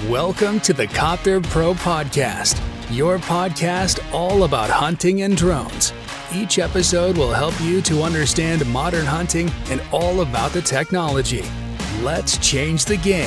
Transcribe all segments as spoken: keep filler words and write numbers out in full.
Welcome to the Copter Pro Podcast, your podcast all about hunting and drones. Each episode will help you to understand modern hunting and all about the technology. Let's change the game.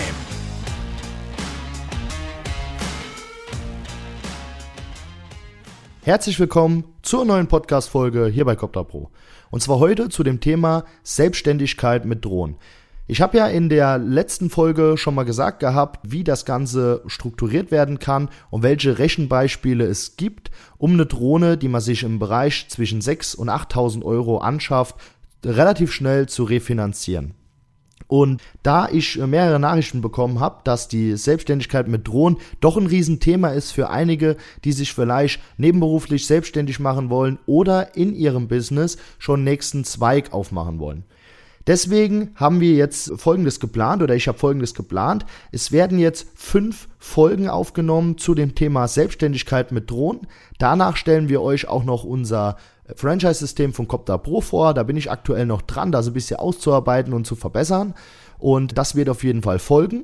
Herzlich willkommen zur neuen Podcast-Folge hier bei Copter Pro. Und zwar heute zu dem Thema Selbstständigkeit mit Drohnen. Ich habe ja in der letzten Folge schon mal gesagt gehabt, wie das Ganze strukturiert werden kann und welche Rechenbeispiele es gibt, um eine Drohne, die man sich im Bereich zwischen sechstausend und achttausend Euro anschafft, relativ schnell zu refinanzieren. Und da ich mehrere Nachrichten bekommen habe, dass die Selbstständigkeit mit Drohnen doch ein Riesenthema ist für einige, die sich vielleicht nebenberuflich selbstständig machen wollen oder in ihrem Business schon nächsten Zweig aufmachen wollen. Deswegen haben wir jetzt Folgendes geplant oder ich habe Folgendes geplant. Es werden jetzt fünf Folgen aufgenommen zu dem Thema Selbstständigkeit mit Drohnen. Danach stellen wir euch auch noch unser Franchise-System von Copter Pro vor. Da bin ich aktuell noch dran, das ein bisschen auszuarbeiten und zu verbessern. Und das wird auf jeden Fall folgen.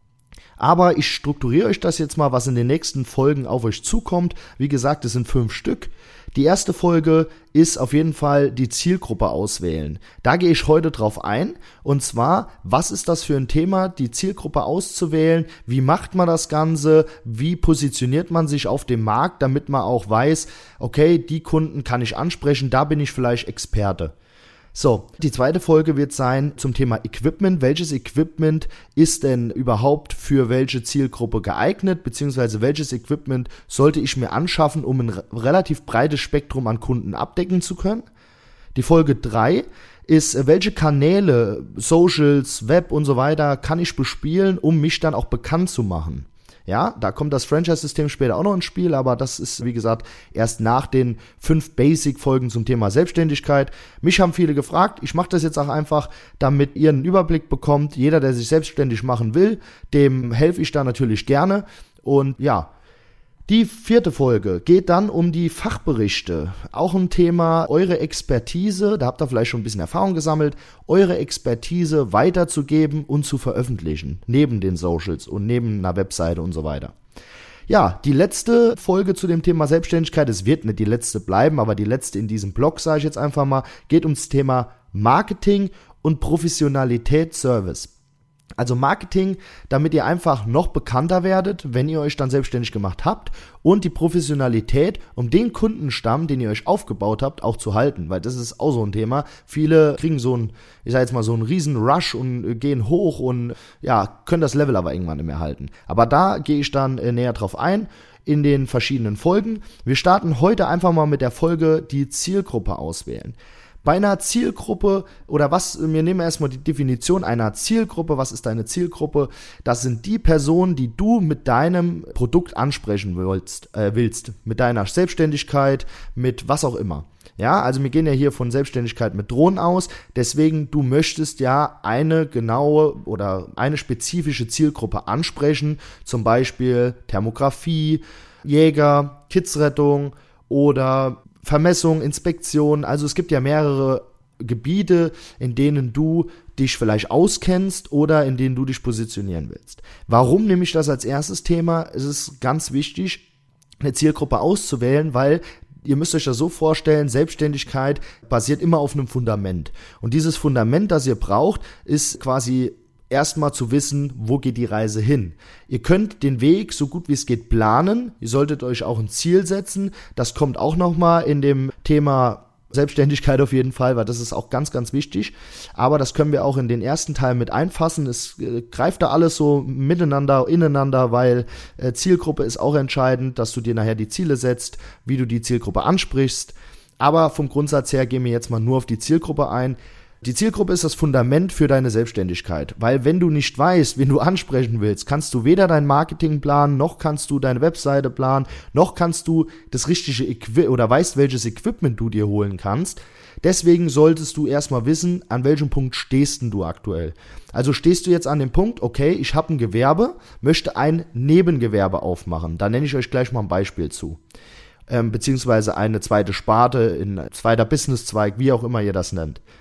Aber ich strukturiere euch das jetzt mal, was in den nächsten Folgen auf euch zukommt. Wie gesagt, es sind fünf Stück. Die erste Folge ist auf jeden Fall die Zielgruppe auswählen. Da gehe ich heute drauf ein. Und zwar, was ist das für ein Thema, die Zielgruppe auszuwählen? Wie macht man das Ganze? Wie positioniert man sich auf dem Markt, damit man auch weiß, okay, die Kunden kann ich ansprechen, da bin ich vielleicht Experte. So, die zweite Folge wird sein zum Thema Equipment. Welches Equipment ist denn überhaupt für welche Zielgruppe geeignet, beziehungsweise welches Equipment sollte ich mir anschaffen, um ein relativ breites Spektrum an Kunden abdecken zu können? Die Folge drei ist, welche Kanäle, Socials, Web und so weiter kann ich bespielen, um mich dann auch bekannt zu machen? Ja, da kommt das Franchise-System später auch noch ins Spiel, aber das ist, wie gesagt, erst nach den fünf Basic-Folgen zum Thema Selbstständigkeit. Mich haben viele gefragt, ich mache das jetzt auch einfach, damit ihr einen Überblick bekommt. Jeder, der sich selbstständig machen will, dem helfe ich da natürlich gerne. Und ja, die vierte Folge geht dann um die Fachberichte. Auch ein Thema, eure Expertise, da habt ihr vielleicht schon ein bisschen Erfahrung gesammelt, eure Expertise weiterzugeben und zu veröffentlichen, neben den Socials und neben einer Webseite und so weiter. Ja, die letzte Folge zu dem Thema Selbstständigkeit, es wird nicht die letzte bleiben, aber die letzte in diesem Blog, sage ich jetzt einfach mal, geht ums Thema Marketing und Professionalität Service. Also Marketing, damit ihr einfach noch bekannter werdet, wenn ihr euch dann selbstständig gemacht habt, und die Professionalität, um den Kundenstamm, den ihr euch aufgebaut habt, auch zu halten, weil das ist auch so ein Thema. Viele kriegen so ein, ich sag jetzt mal so einen riesen Rush und gehen hoch und ja, können das Level aber irgendwann nicht mehr halten. Aber da gehe ich dann äh, näher drauf ein in den verschiedenen Folgen. Wir starten heute einfach mal mit der Folge die Zielgruppe auswählen. Bei einer Zielgruppe, oder was, wir nehmen erstmal die Definition einer Zielgruppe. Was ist deine Zielgruppe? Das sind die Personen, die du mit deinem Produkt ansprechen willst, äh, willst, mit deiner Selbstständigkeit, mit was auch immer. Ja, also wir gehen ja hier von Selbstständigkeit mit Drohnen aus, deswegen du möchtest ja eine genaue oder eine spezifische Zielgruppe ansprechen, zum Beispiel Thermografie, Jäger, Kidsrettung oder Vermessung, Inspektion, also es gibt ja mehrere Gebiete, in denen du dich vielleicht auskennst oder in denen du dich positionieren willst. Warum nehme ich das als erstes Thema? Es ist ganz wichtig, eine Zielgruppe auszuwählen, weil ihr müsst euch das so vorstellen, Selbstständigkeit basiert immer auf einem Fundament. Und dieses Fundament, das ihr braucht, ist quasi erstmal zu wissen, wo geht die Reise hin. Ihr könnt den Weg so gut wie es geht planen. Ihr solltet euch auch ein Ziel setzen. Das kommt auch nochmal in dem Thema Selbstständigkeit auf jeden Fall, weil das ist auch ganz, ganz wichtig. Aber das können wir auch in den ersten Teil mit einfassen. Es äh, greift da alles so miteinander, ineinander, weil äh, Zielgruppe ist auch entscheidend, dass du dir nachher die Ziele setzt, wie du die Zielgruppe ansprichst. Aber vom Grundsatz her gehen wir jetzt mal nur auf die Zielgruppe ein. Die Zielgruppe ist das Fundament für deine Selbstständigkeit, weil wenn du nicht weißt, wen du ansprechen willst, kannst du weder dein Marketing planen, noch kannst du deine Webseite planen, noch kannst du das richtige Equi- oder weißt, welches Equipment du dir holen kannst. Deswegen solltest du erstmal wissen, an welchem Punkt stehst denn du aktuell. Also stehst du jetzt an dem Punkt, okay, ich habe ein Gewerbe, möchte ein Nebengewerbe aufmachen. Da nenne ich euch gleich mal ein Beispiel zu. Ähm, beziehungsweise eine zweite Sparte, ein zweiter Businesszweig, wie auch immer ihr das nennt.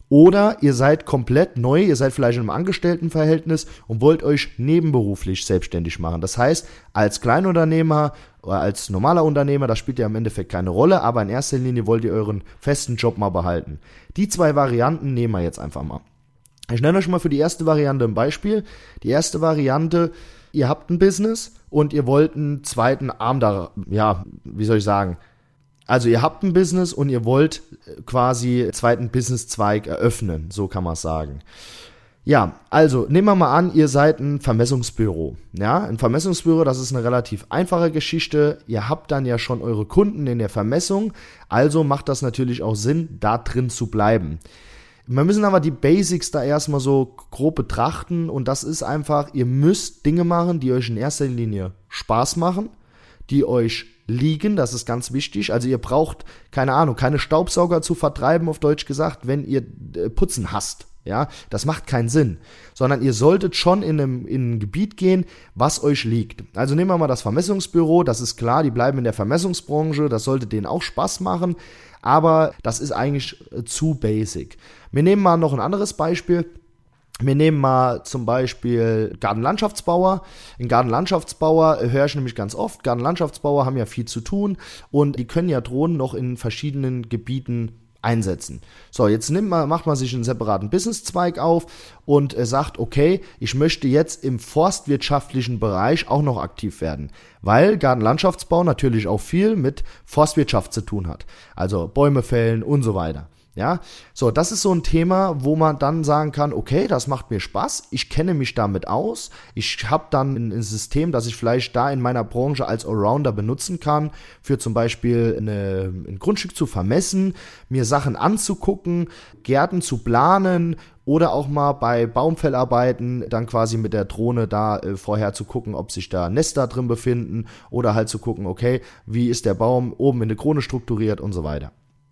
Oder ihr seid komplett neu, ihr seid vielleicht in einem Angestelltenverhältnis und wollt euch nebenberuflich selbstständig machen. Das heißt, als Kleinunternehmer oder als normaler Unternehmer, das spielt ja im Endeffekt keine Rolle, aber in erster Linie wollt ihr euren festen Job mal behalten. Die zwei Varianten nehmen wir jetzt einfach mal. Ich nenne euch mal für die erste Variante ein Beispiel. Die erste Variante, ihr habt ein Business und ihr wollt einen zweiten Arm da, ja, wie soll ich sagen, also ihr habt ein Business und ihr wollt quasi einen zweiten Businesszweig eröffnen, so kann man es sagen. Ja, also nehmen wir mal an, ihr seid ein Vermessungsbüro. Ja, ein Vermessungsbüro, das ist eine relativ einfache Geschichte. Ihr habt dann ja schon eure Kunden in der Vermessung, also macht das natürlich auch Sinn, da drin zu bleiben. Wir müssen aber die Basics da erstmal so grob betrachten und das ist einfach, ihr müsst Dinge machen, die euch in erster Linie Spaß machen, die euch liegen, das ist ganz wichtig. Also ihr braucht, keine Ahnung, keine Staubsauger zu vertreiben, auf Deutsch gesagt, wenn ihr äh, Putzen hasst. Ja, das macht keinen Sinn, sondern ihr solltet schon in, einem, in ein Gebiet gehen, was euch liegt. Also nehmen wir mal das Vermessungsbüro, das ist klar, die bleiben in der Vermessungsbranche, das sollte denen auch Spaß machen, aber das ist eigentlich äh, zu basic. Wir nehmen mal noch ein anderes Beispiel. Wir nehmen mal zum Beispiel Gartenlandschaftsbauer. Ein Gartenlandschaftsbauer höre ich nämlich ganz oft. Gartenlandschaftsbauer haben ja viel zu tun und die können ja Drohnen noch in verschiedenen Gebieten einsetzen. So, jetzt nimmt man, macht man sich einen separaten Businesszweig auf und äh, sagt, okay, ich möchte jetzt im forstwirtschaftlichen Bereich auch noch aktiv werden, weil Gartenlandschaftsbau natürlich auch viel mit Forstwirtschaft zu tun hat. Also Bäume fällen und so weiter. Ja, so, das ist so ein Thema, wo man dann sagen kann, okay, das macht mir Spaß, ich kenne mich damit aus, ich habe dann ein, ein System, das ich vielleicht da in meiner Branche als Allrounder benutzen kann, für zum Beispiel eine, ein Grundstück zu vermessen, mir Sachen anzugucken, Gärten zu planen oder auch mal bei Baumfellarbeiten dann quasi mit der Drohne da äh, vorher zu gucken, ob sich da Nester drin befinden oder halt zu gucken, okay, wie ist der Baum oben in der Krone strukturiert und so weiter.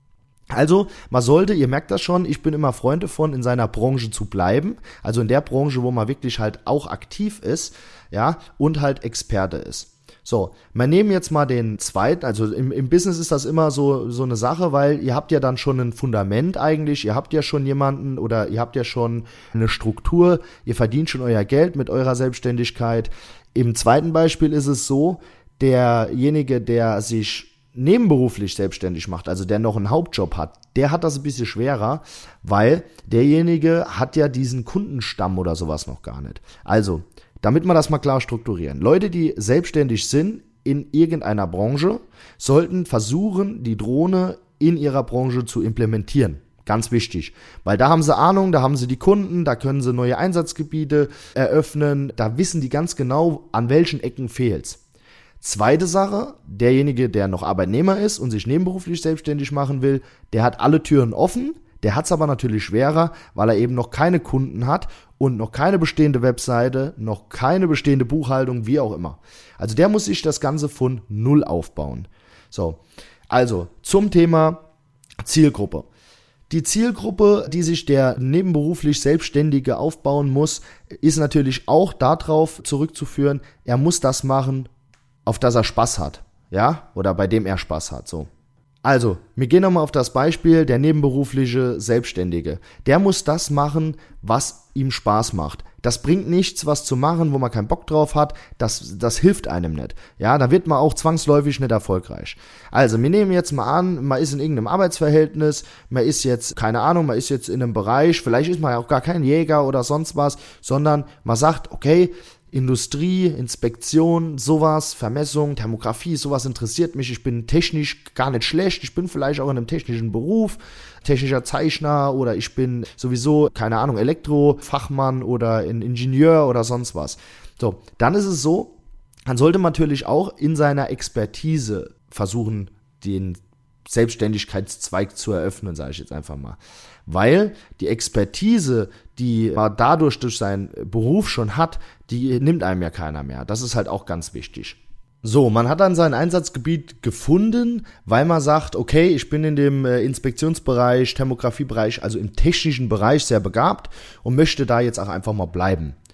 Also, man sollte, ihr merkt das schon, ich bin immer Freund davon, in seiner Branche zu bleiben, also in der Branche, wo man wirklich halt auch aktiv ist, ja, und halt Experte ist. So, wir nehmen jetzt mal den zweiten, also im, im Business ist das immer so, so eine Sache, weil ihr habt ja dann schon ein Fundament eigentlich, ihr habt ja schon jemanden oder ihr habt ja schon eine Struktur, ihr verdient schon euer Geld mit eurer Selbstständigkeit. Im zweiten Beispiel ist es so, derjenige, der sich nebenberuflich selbstständig macht, also der noch einen Hauptjob hat, der hat das ein bisschen schwerer, weil derjenige hat ja diesen Kundenstamm oder sowas noch gar nicht. Also, damit wir das mal klar strukturieren. Leute, die selbstständig sind in irgendeiner Branche, sollten versuchen, die Drohne in ihrer Branche zu implementieren. Ganz wichtig, weil da haben sie Ahnung, da haben sie die Kunden, da können sie neue Einsatzgebiete eröffnen, da wissen die ganz genau, an welchen Ecken fehlt's. Zweite Sache, derjenige, der noch Arbeitnehmer ist und sich nebenberuflich selbstständig machen will, der hat alle Türen offen, der hat es aber natürlich schwerer, weil er eben noch keine Kunden hat und noch keine bestehende Webseite, noch keine bestehende Buchhaltung, wie auch immer. Also der muss sich das Ganze von Null aufbauen. So, also zum Thema Zielgruppe. Die Zielgruppe, die sich der nebenberuflich Selbstständige aufbauen muss, ist natürlich auch darauf zurückzuführen, er muss das machen, auf das er Spaß hat, ja, oder bei dem er Spaß hat, so. Also, wir gehen nochmal auf das Beispiel, der nebenberufliche Selbstständige. Der muss das machen, was ihm Spaß macht. Das bringt nichts, was zu machen, wo man keinen Bock drauf hat, das, das hilft einem nicht. Ja, da wird man auch zwangsläufig nicht erfolgreich. Also, wir nehmen jetzt mal an, man ist in irgendeinem Arbeitsverhältnis, man ist jetzt, keine Ahnung, man ist jetzt in einem Bereich, vielleicht ist man ja auch gar kein Jäger oder sonst was, sondern man sagt, okay, Industrie, Inspektion, sowas, Vermessung, Thermografie, sowas interessiert mich. Ich bin technisch gar nicht schlecht. Ich bin vielleicht auch in einem technischen Beruf, technischer Zeichner oder ich bin sowieso, keine Ahnung, Elektrofachmann oder ein Ingenieur oder sonst was. So, dann ist es so, dann sollte man natürlich auch in seiner Expertise versuchen, den Selbstständigkeitszweig zu eröffnen, sage ich jetzt einfach mal. Weil die Expertise, die man dadurch durch seinen Beruf schon hat, die nimmt einem ja keiner mehr. Das ist halt auch ganz wichtig. So, man hat dann sein Einsatzgebiet gefunden, weil man sagt, okay, ich bin in dem Inspektionsbereich, Thermografiebereich, also im technischen Bereich sehr begabt und möchte da jetzt auch einfach mal bleiben.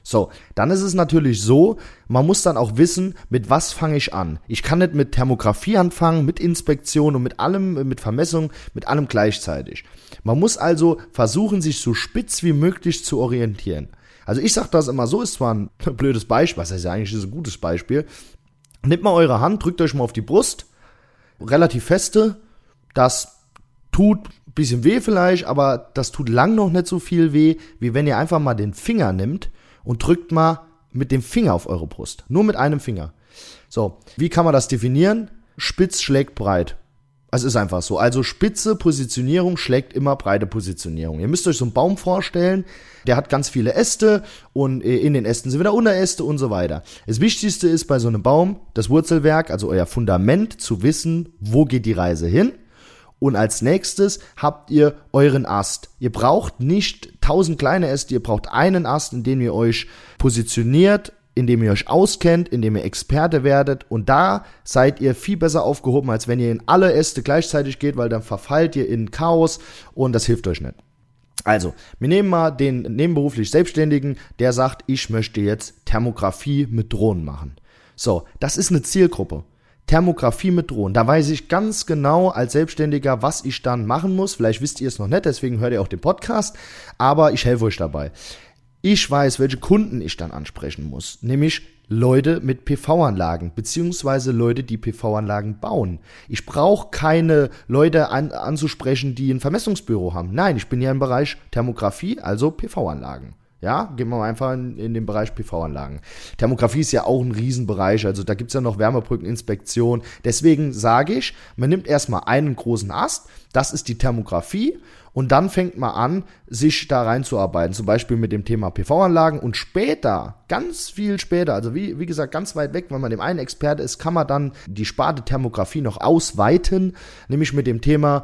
So, dann ist es natürlich so, man muss dann auch wissen, mit was fange ich an. Ich kann nicht mit Thermografie anfangen, mit Inspektion und mit allem, mit Vermessung, mit allem gleichzeitig. Man muss also versuchen, sich so spitz wie möglich zu orientieren. Also ich sage das immer so, ist zwar ein blödes Beispiel, was heißt ja eigentlich, ist ein gutes Beispiel. Nehmt mal eure Hand, drückt euch mal auf die Brust, relativ feste, das tut ein bisschen weh vielleicht, aber das tut lang noch nicht so viel weh, wie wenn ihr einfach mal den Finger nimmt und drückt mal mit dem Finger auf eure Brust. Nur mit einem Finger. So, wie kann man das definieren? Spitz schlägt breit. Es ist einfach so. Also spitze Positionierung schlägt immer breite Positionierung. Ihr müsst euch so einen Baum vorstellen, der hat ganz viele Äste und in den Ästen sind wieder Unteräste und so weiter. Das Wichtigste ist bei so einem Baum, das Wurzelwerk, also euer Fundament, zu wissen, wo geht die Reise hin. Und als nächstes habt ihr euren Ast. Ihr braucht nicht tausend kleine Äste, ihr braucht einen Ast, in dem ihr euch positioniert, in dem ihr euch auskennt, in dem ihr Experte werdet. Und da seid ihr viel besser aufgehoben, als wenn ihr in alle Äste gleichzeitig geht, weil dann verfallt ihr in Chaos und das hilft euch nicht. Also, wir nehmen mal den nebenberuflich Selbstständigen, der sagt, ich möchte jetzt Thermografie mit Drohnen machen. So, das ist eine Zielgruppe. Thermografie mit Drohnen. Da weiß ich ganz genau als Selbstständiger, was ich dann machen muss. Vielleicht wisst ihr es noch nicht, deswegen hört ihr auch den Podcast, aber ich helfe euch dabei. Ich weiß, welche Kunden ich dann ansprechen muss, nämlich Leute mit P V-Anlagen, beziehungsweise Leute, die P V-Anlagen bauen. Ich brauche keine Leute an, anzusprechen, die ein Vermessungsbüro haben. Nein, ich bin ja im Bereich Thermografie, also P V-Anlagen. Ja, gehen wir mal einfach in, in den Bereich P V-Anlagen. Thermografie ist ja auch ein Riesenbereich, also da gibt's ja noch Wärmebrückeninspektion. Deswegen sage ich, man nimmt erstmal einen großen Ast, das ist die Thermografie, und dann fängt man an, sich da reinzuarbeiten, zum Beispiel mit dem Thema P V-Anlagen, und später, ganz viel später, also wie, wie gesagt, ganz weit weg, wenn man dem einen Experte ist, kann man dann die Sparte Thermografie noch ausweiten, nämlich mit dem Thema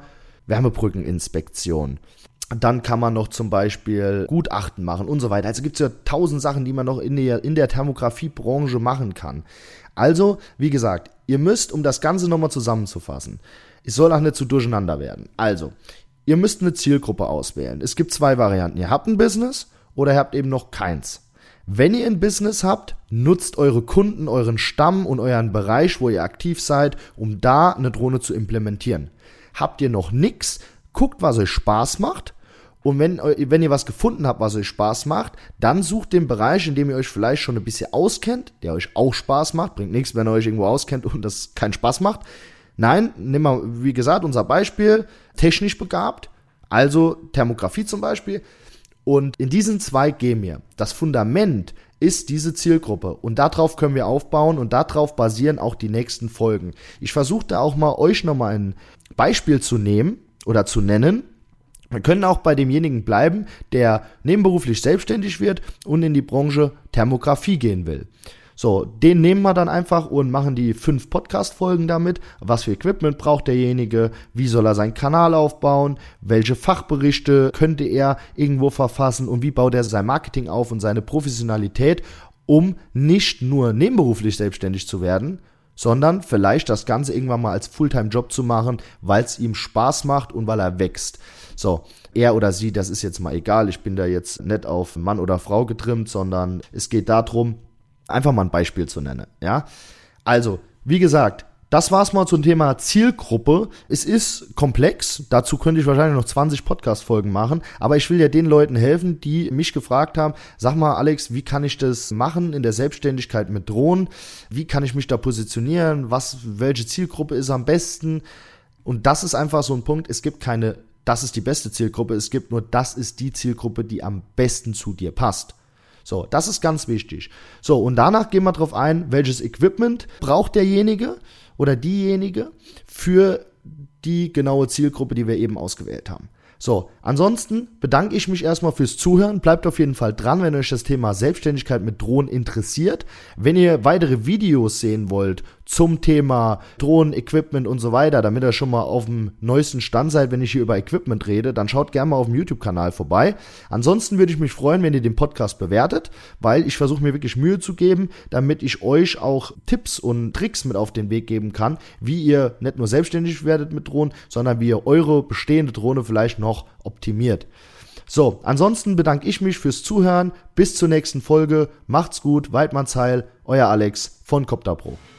Wärmebrückeninspektion. Dann kann man noch zum Beispiel Gutachten machen und so weiter. Also gibt es ja tausend Sachen, die man noch in der, in der Thermografiebranche machen kann. Also, wie gesagt, ihr müsst, um das Ganze nochmal zusammenzufassen, es soll auch nicht zu durcheinander werden. Also, ihr müsst eine Zielgruppe auswählen. Es gibt zwei Varianten. Ihr habt ein Business oder ihr habt eben noch keins. Wenn ihr ein Business habt, nutzt eure Kunden, euren Stamm und euren Bereich, wo ihr aktiv seid, um da eine Drohne zu implementieren. Habt ihr noch nix, guckt, was euch Spaß macht. Und wenn, wenn ihr was gefunden habt, was euch Spaß macht, dann sucht den Bereich, in dem ihr euch vielleicht schon ein bisschen auskennt, der euch auch Spaß macht. Bringt nichts, wenn ihr euch irgendwo auskennt und das keinen Spaß macht. Nein, nehmen wir, wie gesagt, unser Beispiel, technisch begabt, also Thermografie zum Beispiel. Und in diesen Zweig gehen wir. Das Fundament ist diese Zielgruppe und darauf können wir aufbauen und darauf basieren auch die nächsten Folgen. Ich versuche da auch mal euch nochmal ein Beispiel zu nehmen oder zu nennen. Wir können auch bei demjenigen bleiben, der nebenberuflich selbstständig wird und in die Branche Thermografie gehen will. So, den nehmen wir dann einfach und machen die fünf Podcast-Folgen damit. Was für Equipment braucht derjenige? Wie soll er seinen Kanal aufbauen? Welche Fachberichte könnte er irgendwo verfassen? Und wie baut er sein Marketing auf und seine Professionalität, um nicht nur nebenberuflich selbstständig zu werden, sondern vielleicht das Ganze irgendwann mal als Fulltime-Job zu machen, weil es ihm Spaß macht und weil er wächst. So, er oder sie, das ist jetzt mal egal, ich bin da jetzt nicht auf Mann oder Frau getrimmt, sondern es geht darum, einfach mal ein Beispiel zu nennen, ja. Also, wie gesagt, das war's mal zum Thema Zielgruppe. Es ist komplex, dazu könnte ich wahrscheinlich noch zwanzig Podcast-Folgen machen, aber ich will ja den Leuten helfen, die mich gefragt haben, sag mal Alex, wie kann ich das machen in der Selbstständigkeit mit Drohnen? Wie kann ich mich da positionieren? Was, welche Zielgruppe ist am besten? Und das ist einfach so ein Punkt, es gibt keine, das ist die beste Zielgruppe, es gibt nur, das ist die Zielgruppe, die am besten zu dir passt. So, das ist ganz wichtig. So, und danach gehen wir drauf ein, welches Equipment braucht derjenige oder diejenige für die genaue Zielgruppe, die wir eben ausgewählt haben. So, ansonsten bedanke ich mich erstmal fürs Zuhören. Bleibt auf jeden Fall dran, wenn euch das Thema Selbstständigkeit mit Drohnen interessiert. Wenn ihr weitere Videos sehen wollt zum Thema Drohnen, Equipment und so weiter, damit ihr schon mal auf dem neuesten Stand seid, wenn ich hier über Equipment rede, dann schaut gerne mal auf dem YouTube-Kanal vorbei. Ansonsten würde ich mich freuen, wenn ihr den Podcast bewertet, weil ich versuche mir wirklich Mühe zu geben, damit ich euch auch Tipps und Tricks mit auf den Weg geben kann, wie ihr nicht nur selbstständig werdet mit Drohnen, sondern wie ihr eure bestehende Drohne vielleicht noch optimiert. So, ansonsten bedanke ich mich fürs Zuhören. Bis zur nächsten Folge. Macht's gut, Weidmannsheil, euer Alex von Copter Pro.